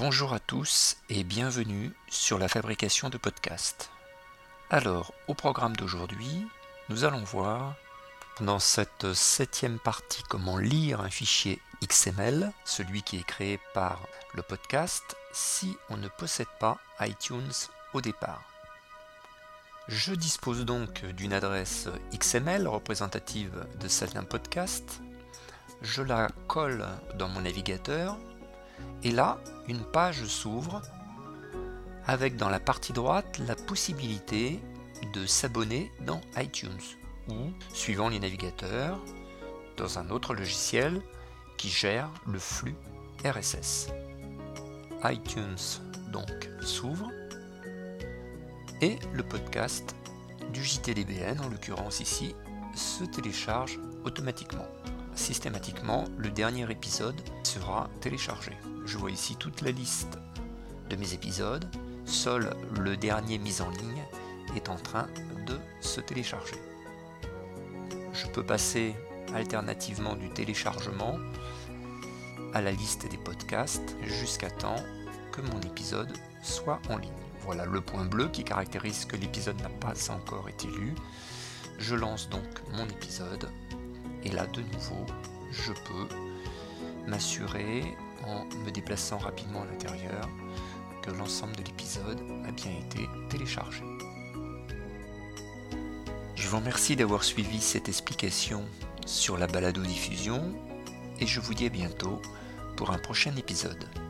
Bonjour à tous et bienvenue sur la fabrication de podcasts. Alors, au programme d'aujourd'hui, nous allons voir dans cette 7e partie comment lire un fichier XML, celui qui est créé par le podcast, si on ne possède pas iTunes au départ. Je dispose donc d'une adresse XML représentative de celle d'un podcast. Je la colle dans mon navigateur. Et là, une page s'ouvre avec dans la partie droite la possibilité de s'abonner dans iTunes ou, suivant les navigateurs, dans un autre logiciel qui gère le flux RSS. iTunes donc s'ouvre et le podcast du JTDBN, en l'occurrence ici, se télécharge automatiquement. Systématiquement, le dernier épisode sera téléchargé. Je vois ici toute la liste de mes épisodes. Seul le dernier mis en ligne est en train de se télécharger. Je peux passer alternativement du téléchargement à la liste des podcasts jusqu'à temps que mon épisode soit en ligne. Voilà le point bleu qui caractérise que l'épisode n'a pas encore été lu. Je lance donc mon épisode et là de nouveau je peux m'assurer en me déplaçant rapidement à l'intérieur que l'ensemble de l'épisode a bien été téléchargé. Je vous remercie d'avoir suivi cette explication sur la balado-diffusion et je vous dis à bientôt pour un prochain épisode.